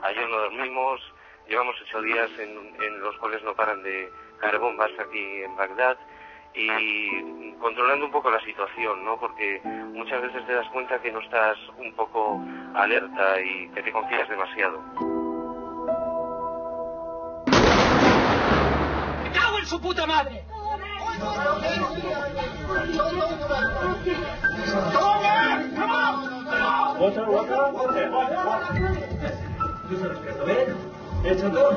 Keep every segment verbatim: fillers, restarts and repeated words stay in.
ayer no dormimos, llevamos ocho días en, en los cuales no paran de caer bombas aquí en Bagdad y controlando un poco la situación, ¿no? Porque muchas veces te das cuenta que no estás un poco alerta y que te confías demasiado. ¡Me cago en su puta madre! Water, water, water, water. ¿Tú sabes qué? A ver, hecho todo.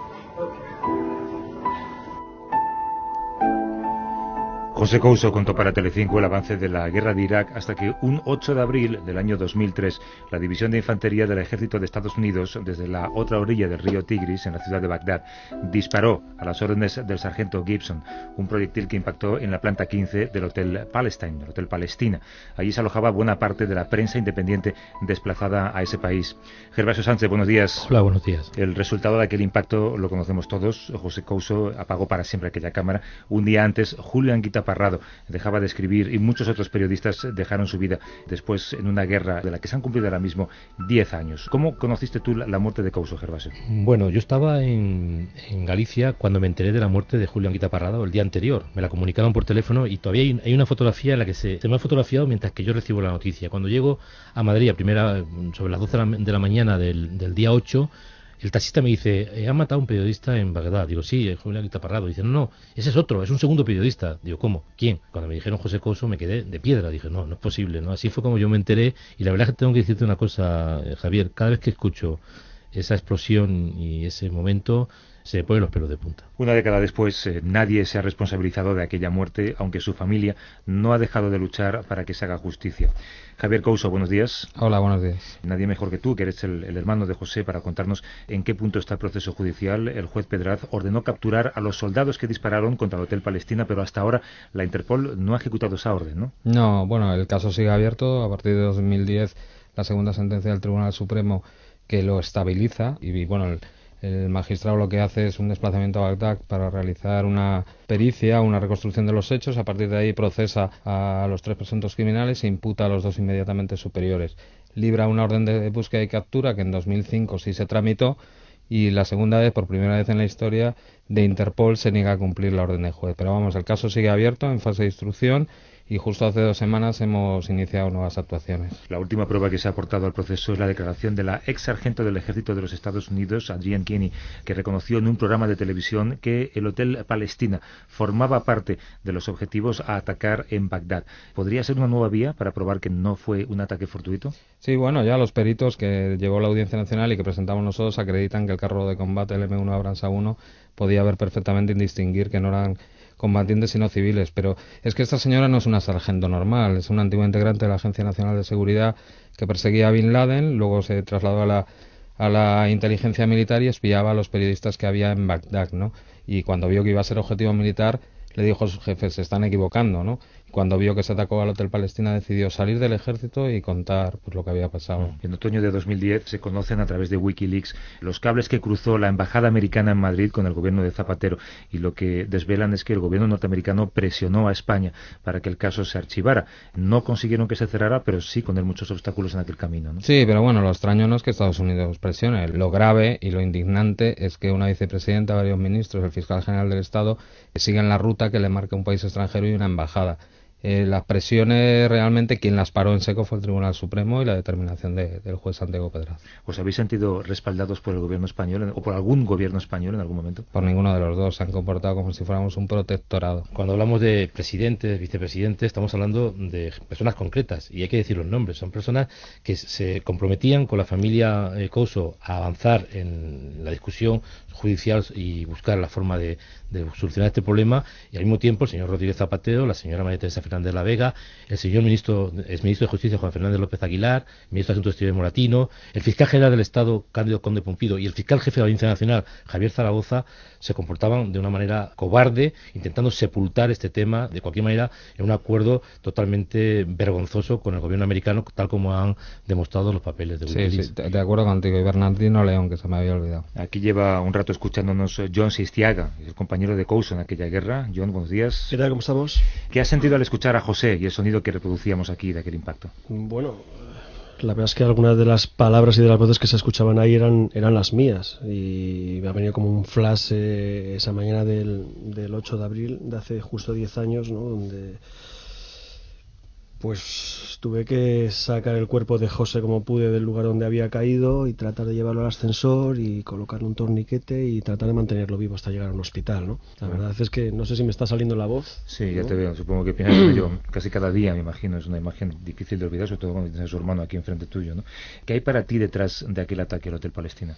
José Couso contó para Telecinco el avance de la guerra de Irak hasta que un ocho de abril del año dos mil tres la División de Infantería del Ejército de Estados Unidos, desde la otra orilla del río Tigris, en la ciudad de Bagdad, disparó a las órdenes del sargento Gibson un proyectil que impactó en la planta quince del Hotel Palestine, del Hotel Palestina. Allí se alojaba buena parte de la prensa independiente desplazada a ese país. Gervasio Sánchez, buenos días. Hola, buenos días. El resultado de aquel impacto lo conocemos todos. José Couso apagó para siempre aquella cámara. Un día antes, Julio Anguita Parrado dejaba de escribir y muchos otros periodistas dejaron su vida después en una guerra de la que se han cumplido ahora mismo diez años. ¿Cómo conociste tú la, la muerte de Couso, Gervasio? Bueno, yo estaba en, en Galicia cuando me enteré de la muerte de Julio Anguita Parrado el día anterior. Me la comunicaron por teléfono y todavía hay, hay una fotografía en la que se, se me ha fotografiado mientras que yo recibo la noticia. Cuando llego a Madrid, a primera, sobre las doce de la, de la mañana del, del día ocho, el taxista me dice, eh, ¿han matado a un periodista en Bagdad? Digo, sí, es Julio Anguita Parrado. Dice, no, no, ese es otro, es un segundo periodista. Digo, ¿cómo? ¿Quién? Cuando me dijeron José Couso me quedé de piedra. Dije, no, no es posible, ¿no? Así fue como yo me enteré. Y la verdad es que tengo que decirte una cosa, eh, Javier, cada vez que escucho esa explosión y ese momento, se ponen los pelos de punta. Una década después, eh, nadie se ha responsabilizado de aquella muerte, aunque su familia no ha dejado de luchar para que se haga justicia. Javier Couso, buenos días. Hola, buenos días. Nadie mejor que tú, que eres el, el hermano de José, para contarnos en qué punto está el proceso judicial. El juez Pedraz ordenó capturar a los soldados que dispararon contra el Hotel Palestina, pero hasta ahora la Interpol no ha ejecutado esa orden, ¿no? No, bueno, el caso sigue abierto. A partir de dos mil diez, la segunda sentencia del Tribunal Supremo que lo estabiliza y, bueno, el, el magistrado lo que hace es un desplazamiento a Bagdad para realizar una pericia, una reconstrucción de los hechos. A partir de ahí procesa a los tres presuntos criminales e imputa a los dos inmediatamente superiores. Libra una orden de búsqueda y captura que en dos mil cinco sí se tramitó, y la segunda vez, por primera vez en la historia de Interpol, se niega a cumplir la orden de juez. Pero vamos, el caso sigue abierto, en fase de instrucción, y justo hace dos semanas hemos iniciado nuevas actuaciones. La última prueba que se ha aportado al proceso es la declaración de la ex sargento del Ejército de los Estados Unidos, Adrienne Kenney, que reconoció en un programa de televisión que el Hotel Palestina formaba parte de los objetivos a atacar en Bagdad. ¿Podría ser una nueva vía para probar que no fue un ataque fortuito? Sí, bueno, ya los peritos que llevó la Audiencia Nacional y que presentamos nosotros acreditan que el carro de combate, el eme uno Abrams A uno, podía ver perfectamente distinguir que no eran combatientes sino civiles, pero es que esta señora no es una sargento normal, es una antigua integrante de la Agencia Nacional de Seguridad que perseguía a Bin Laden, luego se trasladó a la a la inteligencia militar y espiaba a los periodistas que había en Bagdad, ¿no? Y cuando vio que iba a ser objetivo militar, le dijo a sus jefes, se están equivocando, ¿no? Cuando vio que se atacó al Hotel Palestina, decidió salir del ejército y contar pues, lo que había pasado. En otoño de dos mil diez se conocen a través de Wikileaks los cables que cruzó la embajada americana en Madrid con el gobierno de Zapatero, y lo que desvelan es que el gobierno norteamericano presionó a España para que el caso se archivara. No consiguieron que se cerrara, pero sí poner muchos obstáculos en aquel camino, ¿no? Sí, pero bueno, lo extraño no es que Estados Unidos presione. Lo grave y lo indignante es que una vicepresidenta, varios ministros, el fiscal general del Estado, siguen la ruta que le marca un país extranjero y una embajada. Eh, las presiones realmente quien las paró en seco fue el Tribunal Supremo y la determinación de, del juez Santiago Pedraz. ¿Os habéis sentido respaldados por el gobierno español o por algún gobierno español en algún momento? Por ninguno de los dos, se han comportado como si fuéramos un protectorado. Cuando hablamos de presidentes, vicepresidentes, estamos hablando de personas concretas y hay que decir los nombres. Son personas que se comprometían con la familia eh, Couso a avanzar en la discusión judicial y buscar la forma de, de solucionar este problema, y al mismo tiempo el señor Rodríguez Zapatero, la señora María Teresa Fernández de la Vega, el señor ministro, exministro de Justicia Juan Fernández López Aguilar, ministro de Asuntos Exteriores Moratino, el fiscal general del Estado Cándido Conde Pumpido y el fiscal jefe de la Audiencia Nacional Javier Zaragoza se comportaban de una manera cobarde, intentando sepultar este tema de cualquier manera en un acuerdo totalmente vergonzoso con el gobierno americano, tal como han demostrado los papeles de Wikileaks. Sí, sí, de acuerdo contigo. Y Bernardino León, que se me había olvidado. Aquí lleva un rato escuchándonos John Sistiaga, el compañero de Couso en aquella guerra. John, buenos días. ¿Qué tal? ¿Cómo estamos? ¿Qué has sentido al escuchar a José y el sonido que reproducíamos aquí de aquel impacto? Bueno, La verdad es que algunas de las palabras y de las voces que se escuchaban ahí eran, eran las mías, y me ha venido como un flash eh, esa mañana del, del ocho de abril de hace justo diez años, ¿no? Donde pues tuve que sacar el cuerpo de José como pude del lugar donde había caído y tratar de llevarlo al ascensor y colocarle un torniquete y tratar de mantenerlo vivo hasta llegar a un hospital, ¿no? La verdad es que no sé si me está saliendo la voz. Sí, ya ¿no? te veo, supongo que piensas en ello casi cada día, me imagino. Es una imagen difícil de olvidar, sobre todo cuando tienes a su hermano aquí enfrente tuyo, ¿no? ¿Qué hay para ti detrás de aquel ataque al Hotel Palestina?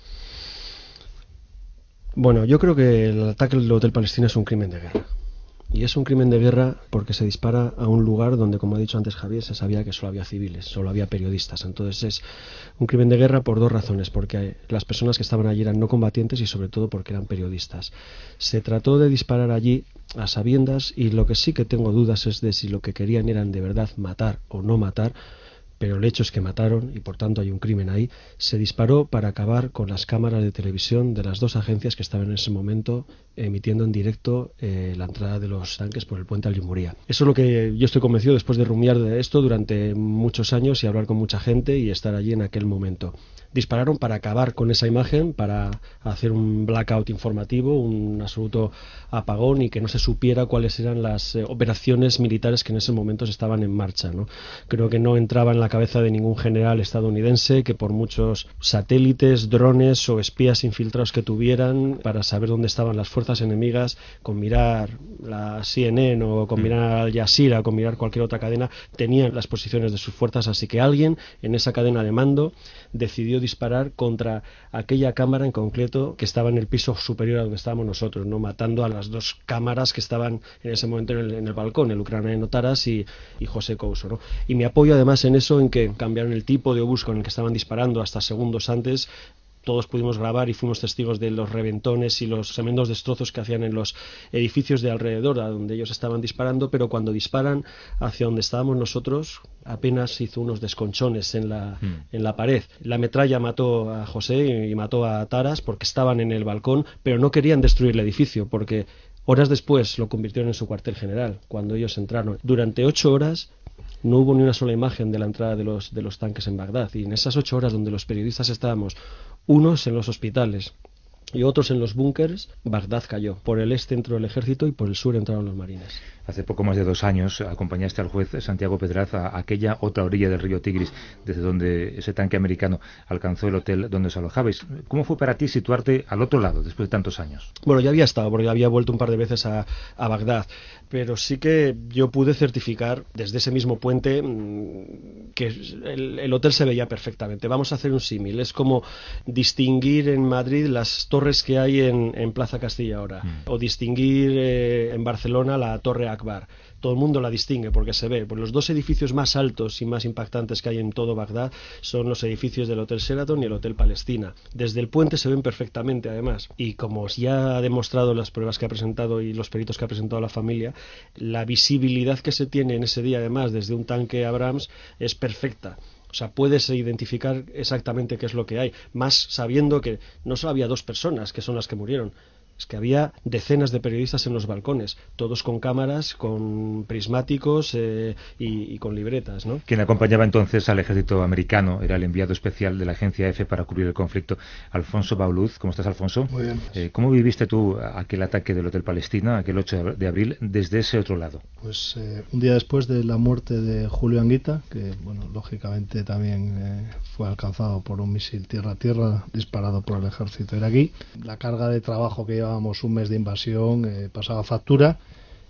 Bueno, yo creo que el ataque al Hotel Palestina es un crimen de guerra. Y es un crimen de guerra porque se dispara a un lugar donde, como ha dicho antes Javier, se sabía que solo había civiles, solo había periodistas. Entonces es un crimen de guerra por dos razones: porque las personas que estaban allí eran no combatientes y sobre todo porque eran periodistas. Se trató de disparar allí a sabiendas, y lo que sí que tengo dudas es de si lo que querían eran de verdad matar o no matar, pero el hecho es que mataron y por tanto hay un crimen ahí. Se disparó para acabar con las cámaras de televisión de las dos agencias que estaban en ese momento emitiendo en directo eh, la entrada de los tanques por el puente Aljumoría. Eso es lo que yo estoy convencido después de rumiar de esto durante muchos años y hablar con mucha gente y estar allí en aquel momento. Dispararon para acabar con esa imagen, para hacer un blackout informativo, un absoluto apagón, y que no se supiera cuáles eran las eh, operaciones militares que en ese momento estaban en marcha, ¿no? Creo que no entraba en la cabeza de ningún general estadounidense que por muchos satélites, drones o espías infiltrados que tuvieran para saber dónde estaban las fuerzas enemigas, con mirar la C N N o con mirar Al Jazeera o con mirar cualquier otra cadena, tenían las posiciones de sus fuerzas. Así que alguien en esa cadena de mando decidió disparar contra aquella cámara en concreto que estaba en el piso superior a donde estábamos nosotros, no matando a las dos cámaras que estaban en ese momento en el, en el balcón, el ucraniano Taras y, y José Couso, ¿no? Y me apoyo además en eso, en que cambiaron el tipo de obús con el que estaban disparando hasta segundos antes. Todos pudimos grabar y fuimos testigos de los reventones y los tremendos destrozos que hacían en los edificios de alrededor a donde ellos estaban disparando, pero cuando disparan hacia donde estábamos nosotros apenas hizo unos desconchones en la, mm. en la pared. La metralla mató a José y mató a Taras porque estaban en el balcón, pero no querían destruir el edificio porque horas después lo convirtieron en su cuartel general cuando ellos entraron. Durante ocho horas no hubo ni una sola imagen de la entrada de los, de los tanques en Bagdad, y en esas ocho horas donde los periodistas estábamos, unos en los hospitales y otros en los búnkers, Bagdad cayó. Por el este entró el ejército y por el sur entraron los marines. Hace poco más de dos años acompañaste al juez Santiago Pedraza a aquella otra orilla del río Tigris, desde donde ese tanque americano alcanzó el hotel donde os alojabais. ¿Cómo fue para ti situarte al otro lado después de tantos años? Bueno, ya había estado, porque había vuelto un par de veces a, a Bagdad, pero sí que yo pude certificar desde ese mismo puente mmm, que el, el hotel se veía perfectamente. Vamos a hacer un símil. Es como distinguir en Madrid las torres que hay en, en Plaza Castilla ahora, mm. o distinguir eh, en Barcelona la Torre Akbar. Todo el mundo la distingue porque se ve. Pues los dos edificios más altos y más impactantes que hay en todo Bagdad son los edificios del Hotel Sheraton y el Hotel Palestina. Desde el puente se ven perfectamente, además. Y como ya ha demostrado las pruebas que ha presentado y los peritos que ha presentado la familia, la visibilidad que se tiene en ese día, además, desde un tanque Abrams, es perfecta. O sea, puedes identificar exactamente qué es lo que hay, más sabiendo que no solo había dos personas, que son las que murieron, es que había decenas de periodistas en los balcones, todos con cámaras, con prismáticos eh, y, y con libretas, ¿no? Quien acompañaba entonces al ejército americano era el enviado especial de la agencia F para cubrir el conflicto, Alfonso Bauluz. ¿Cómo estás, Alfonso? Muy bien. Eh, ¿Cómo viviste tú aquel ataque del Hotel Palestina, aquel ocho de abril, desde ese otro lado? Pues eh, un día después de la muerte de Julio Anguita, que, bueno, lógicamente también eh, fue alcanzado por un misil tierra-tierra disparado por el ejército iraquí, la carga de trabajo que lleva Llevábamos un mes de invasión, eh, pasaba factura,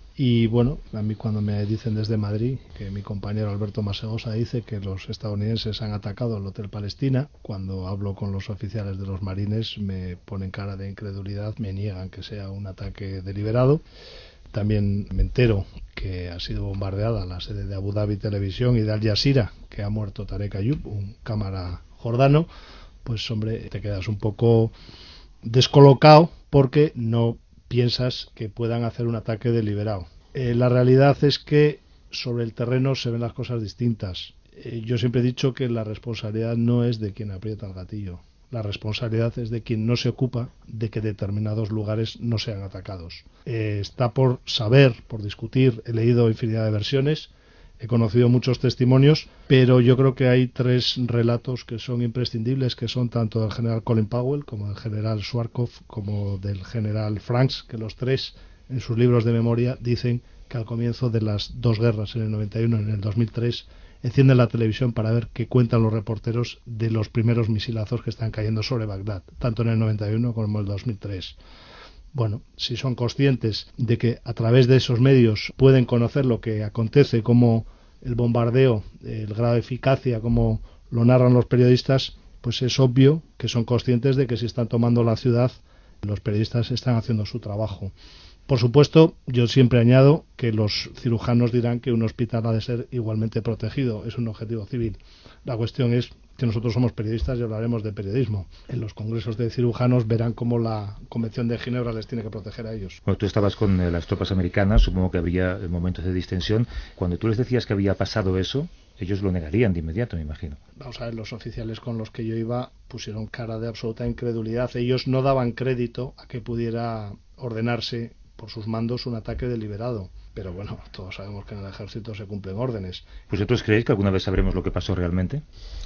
y bueno, a mí cuando me dicen desde Madrid que mi compañero Alberto Masegosa dice que los estadounidenses han atacado el Hotel Palestina, cuando hablo con los oficiales de los marines me ponen cara de incredulidad, me niegan que sea un ataque deliberado. También me entero que ha sido bombardeada la sede de Abu Dhabi Televisión y de Al Jazeera, que ha muerto Tarek Ayub, un cámara jordano. Pues hombre, te quedas un poco descolocado porque no piensas que puedan hacer un ataque deliberado. Eh, la realidad es que sobre el terreno se ven las cosas distintas. Eh, yo siempre he dicho que la responsabilidad no es de quien aprieta el gatillo. La responsabilidad es de quien no se ocupa de que determinados lugares no sean atacados. Eh, está por saber, por discutir, he leído infinidad de versiones. He conocido muchos testimonios, pero yo creo que hay tres relatos que son imprescindibles, que son tanto del general Colin Powell, como del general Schwarzkopf, como del general Franks, que los tres en sus libros de memoria dicen que al comienzo de las dos guerras, en el noventa y uno y en el dos mil tres, encienden la televisión para ver qué cuentan los reporteros de los primeros misilazos que están cayendo sobre Bagdad, tanto en el noventa y uno como en el dos mil tres. Bueno, si son conscientes de que a través de esos medios pueden conocer lo que acontece, cómo el bombardeo, el grado de eficacia, cómo lo narran los periodistas, pues es obvio que son conscientes de que si están tomando la ciudad, los periodistas están haciendo su trabajo. Por supuesto, yo siempre añado que los cirujanos dirán que un hospital ha de ser igualmente protegido, es un objetivo civil. La cuestión es que nosotros somos periodistas y hablaremos de periodismo. En los congresos de cirujanos verán cómo la Convención de Ginebra les tiene que proteger a ellos. Bueno, tú estabas con eh, las tropas americanas, supongo que habría momentos de distensión. Cuando tú les decías que había pasado eso, ellos lo negarían de inmediato, me imagino. Vamos a ver, los oficiales con los que yo iba pusieron cara de absoluta incredulidad. Ellos no daban crédito a que pudiera ordenarse por sus mandos un ataque deliberado. Pero bueno, todos sabemos que en el ejército se cumplen órdenes. ¿Vosotros creéis que alguna vez sabremos lo que pasó realmente?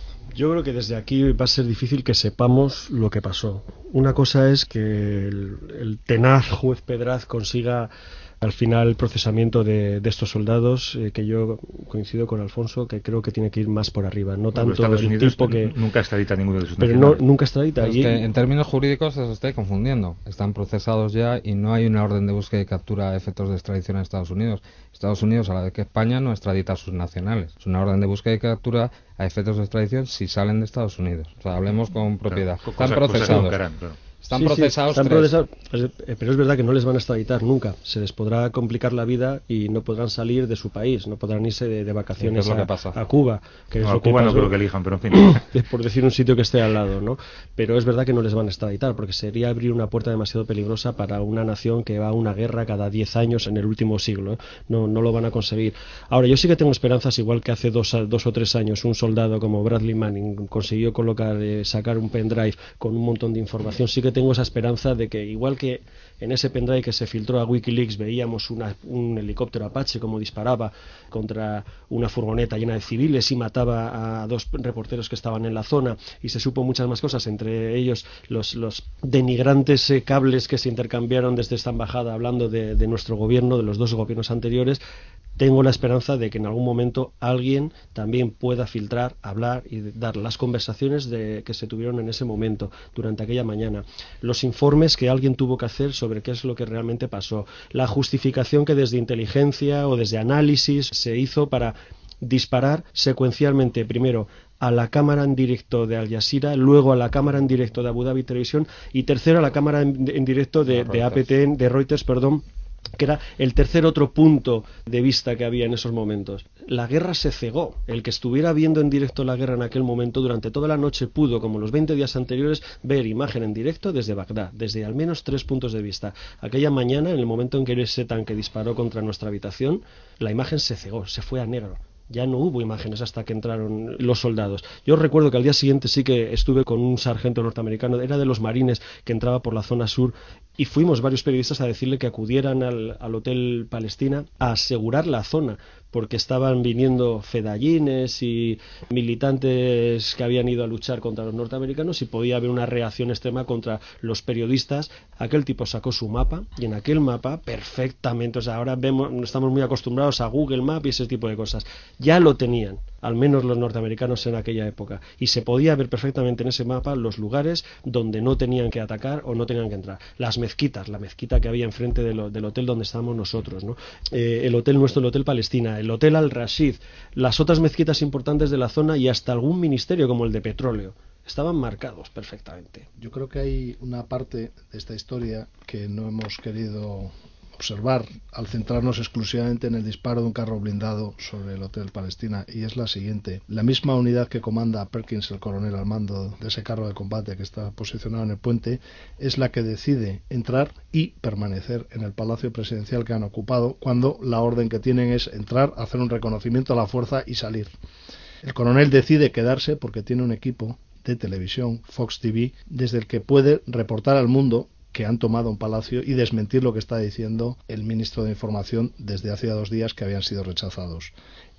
Yo creo que desde aquí va a ser difícil que sepamos lo que pasó. Una cosa es que el, el tenaz juez Pedraz consiga al final el procesamiento de, de estos soldados, eh, que yo coincido con Alfonso, que creo que tiene que ir más por arriba, no tanto Estados el Unidos tipo que... Nunca extradita a ninguno de sus Pero nacionales. no, nunca extradita. Es y... que en términos jurídicos se está confundiendo. Están procesados ya y no hay una orden de búsqueda y captura a efectos de extradición a Estados Unidos. Estados Unidos, a la vez que España, no extradita a sus nacionales. Es una orden de búsqueda y captura a efectos de extradición si salen de Estados Unidos. O sea, hablemos con propiedad. Claro, están cosa, procesados. Cosa claro. Están Sí, procesados, sí, están procesados, pero es verdad que no les van a extraditar nunca. Se les podrá complicar la vida y no podrán salir de su país, no podrán irse de, de vacaciones sí, a, a Cuba. Que no, es a lo Cuba que no pasó, creo que elijan, pero en fin. por decir un sitio que esté al lado, ¿no? Pero es verdad que no les van a extraditar, porque sería abrir una puerta demasiado peligrosa para una nación que va a una guerra cada diez años en el último siglo, ¿eh? No, no lo van a conseguir. Ahora, yo sí que tengo esperanzas, igual que hace dos, dos o tres años un soldado como Bradley Manning consiguió colocar, eh, sacar un pendrive con un montón de información. Sí que tengo esa esperanza de que, igual que en ese pendrive que se filtró a Wikileaks veíamos una, un helicóptero Apache como disparaba contra una furgoneta llena de civiles y mataba a dos reporteros que estaban en la zona, y se supo muchas más cosas, entre ellos los, los denigrantes eh, cables que se intercambiaron desde esta embajada hablando de, de nuestro gobierno, de los dos gobiernos anteriores. Tengo la esperanza de que en algún momento alguien también pueda filtrar, hablar y dar las conversaciones de, que se tuvieron en ese momento, durante aquella mañana, los informes que alguien tuvo que hacer sobre qué es lo que realmente pasó, la justificación que desde inteligencia o desde análisis se hizo para disparar secuencialmente primero a la cámara en directo de Al Jazeera, luego a la cámara en directo de Abu Dhabi Televisión y tercero a la cámara en, en directo de, de A P T N, de Reuters, perdón, que era el tercer otro punto de vista que había en esos momentos. La guerra se cegó. El que estuviera viendo en directo la guerra en aquel momento durante toda la noche pudo, como los veinte días anteriores, ver imagen en directo desde Bagdad, desde al menos tres puntos de vista. Aquella mañana, en el momento en que ese tanque disparó contra nuestra habitación, la imagen se cegó, se fue a negro. Ya no hubo imágenes hasta que entraron los soldados. Yo recuerdo que al día siguiente sí que estuve con un sargento norteamericano, era de los marines, que entraba por la zona sur, y fuimos varios periodistas a decirle que acudieran al, al Hotel Palestina a asegurar la zona, porque estaban viniendo fedayines y militantes que habían ido a luchar contra los norteamericanos y podía haber una reacción extrema contra los periodistas. Aquel tipo sacó su mapa y en aquel mapa perfectamente, o sea, ahora vemos, estamos muy acostumbrados a Google Maps y ese tipo de cosas, ya lo tenían, al menos los norteamericanos en aquella época, y se podía ver perfectamente en ese mapa los lugares donde no tenían que atacar o no tenían que entrar. Las mezquitas, la mezquita que había enfrente de lo, del hotel donde estábamos nosotros, ¿no? Eh, el hotel nuestro, el Hotel Palestina, el Hotel Al-Rashid, las otras mezquitas importantes de la zona y hasta algún ministerio como el de petróleo. Estaban marcados perfectamente. Yo creo que hay una parte de esta historia que no hemos querido observar al centrarnos exclusivamente en el disparo de un carro blindado sobre el Hotel Palestina, y es la siguiente. La misma unidad que comanda a Perkins, el coronel al mando de ese carro de combate que está posicionado en el puente, es la que decide entrar y permanecer en el palacio presidencial que han ocupado, cuando la orden que tienen es entrar, hacer un reconocimiento a la fuerza y salir. El coronel decide quedarse porque tiene un equipo de televisión, Fox T V, desde el que puede reportar al mundo que han tomado un palacio y desmentir lo que está diciendo el ministro de Información desde hace dos días, que habían sido rechazados.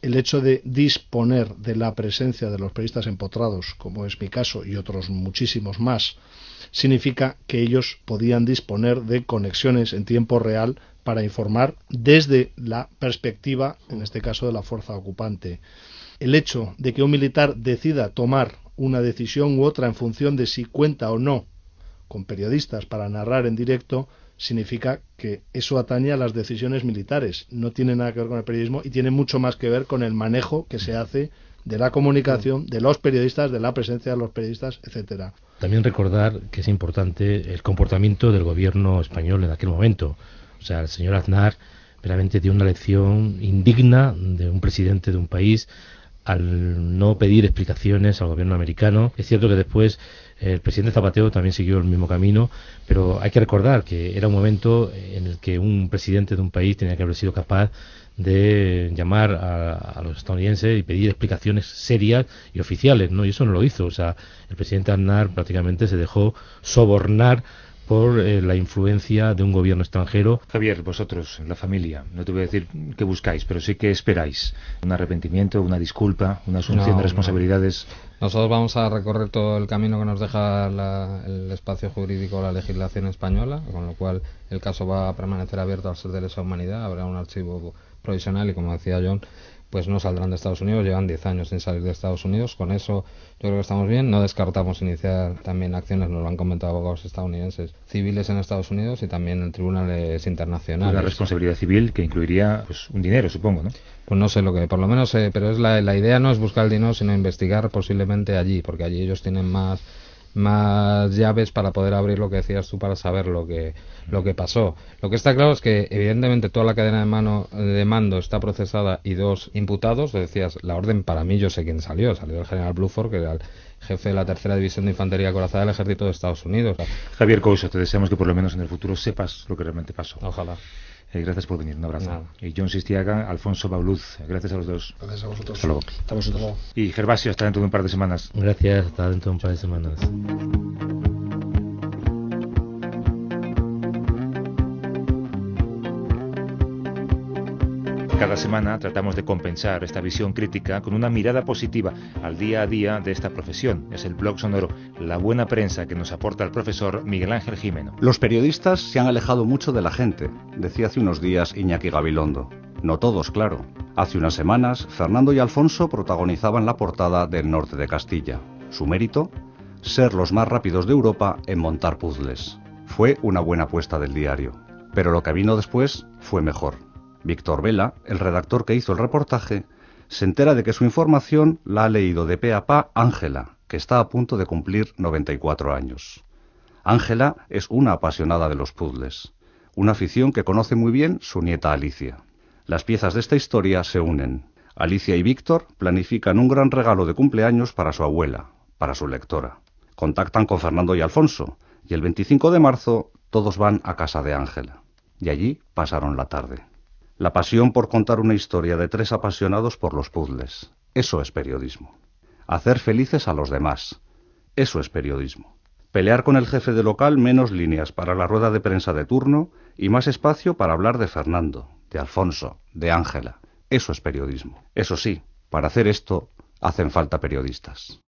el hecho de disponer de la presencia de los periodistas empotrados, como es mi caso y otros muchísimos más, significa que ellos podían disponer de conexiones en tiempo real para informar desde la perspectiva, en este caso, de la fuerza ocupante. El hecho de que un militar decida tomar una decisión u otra en función de si cuenta o no con periodistas para narrar en directo significa que eso atañe a las decisiones militares, no tiene nada que ver con el periodismo y tiene mucho más que ver con el manejo que se hace de la comunicación, de los periodistas, de la presencia de los periodistas, etcétera. También recordar que es importante el comportamiento del gobierno español en aquel momento. O sea, el señor Aznar realmente dio una lección indigna de un presidente de un país al no pedir explicaciones al gobierno americano. Es cierto que después el presidente Zapatero también siguió el mismo camino, pero hay que recordar que era un momento en el que un presidente de un país tenía que haber sido capaz de llamar a, a los estadounidenses y pedir explicaciones serias y oficiales, ¿no? Y eso no lo hizo. O sea, el presidente Aznar prácticamente se dejó sobornar por eh, la influencia de un gobierno extranjero. Javier, vosotros, la familia, no te voy a decir qué buscáis, pero sí que esperáis. ¿Un arrepentimiento, una disculpa, una asunción no, de responsabilidades? No. Nosotros vamos a recorrer todo el camino que nos deja la, el espacio jurídico, la legislación española, con lo cual el caso va a permanecer abierto al ser de lesa humanidad. Habrá un archivo provisional y, como decía John, pues no saldrán de Estados Unidos, llevan diez años sin salir de Estados Unidos. Con eso yo creo que estamos bien. No descartamos iniciar también acciones, nos lo han comentado abogados estadounidenses, civiles en Estados Unidos y también en tribunales internacionales. Una responsabilidad civil que incluiría pues un dinero, supongo, ¿no? Pues no sé lo que, por lo menos, eh, pero es la, la idea no es buscar el dinero, sino investigar posiblemente allí, porque allí ellos tienen más más llaves para poder abrir lo que decías tú, para saber lo que lo que pasó. Lo que está claro es que evidentemente toda la cadena de mano de mando está procesada y dos imputados. Decías, la orden, para mí yo sé quién salió, salió el general Bluford, que era el jefe de la tercera división de infantería acorazada del ejército de Estados Unidos. Javier Couso, te deseamos que por lo menos en el futuro sepas lo que realmente pasó. Ojalá. Eh, gracias por venir, un abrazo. Nada. Y John Sistiaga, Alfonso Bauluz, gracias a los dos. Gracias a vosotros. Hasta luego. Hasta vosotros. Y Gervasio, hasta dentro de un par de semanas. Gracias, hasta dentro de un par de semanas. Cada semana tratamos de compensar esta visión crítica con una mirada positiva al día a día de esta profesión. Es el blog sonoro La Buena Prensa que nos aporta el profesor Miguel Ángel Jimeno. Los periodistas se han alejado mucho de la gente, decía hace unos días Iñaki Gabilondo. No todos, claro. Hace unas semanas, Fernando y Alfonso protagonizaban la portada del Norte de Castilla. Su mérito, ser los más rápidos de Europa en montar puzzles. Fue una buena apuesta del diario. Pero lo que vino después fue mejor. Víctor Vela, el redactor que hizo el reportaje, se entera de que su información la ha leído de pe a pa Ángela, que está a punto de cumplir noventa y cuatro años. Ángela es una apasionada de los puzzles, una afición que conoce muy bien su nieta Alicia. Las piezas de esta historia se unen. Alicia y Víctor planifican un gran regalo de cumpleaños para su abuela, para su lectora. Contactan con Fernando y Alfonso, y el veinticinco de marzo todos van a casa de Ángela, y allí pasaron la tarde. La pasión por contar una historia de tres apasionados por los puzzles. Eso es periodismo. Hacer felices a los demás. Eso es periodismo. Pelear con el jefe de local menos líneas para la rueda de prensa de turno y más espacio para hablar de Fernando, de Alfonso, de Ángela. Eso es periodismo. Eso sí, para hacer esto hacen falta periodistas.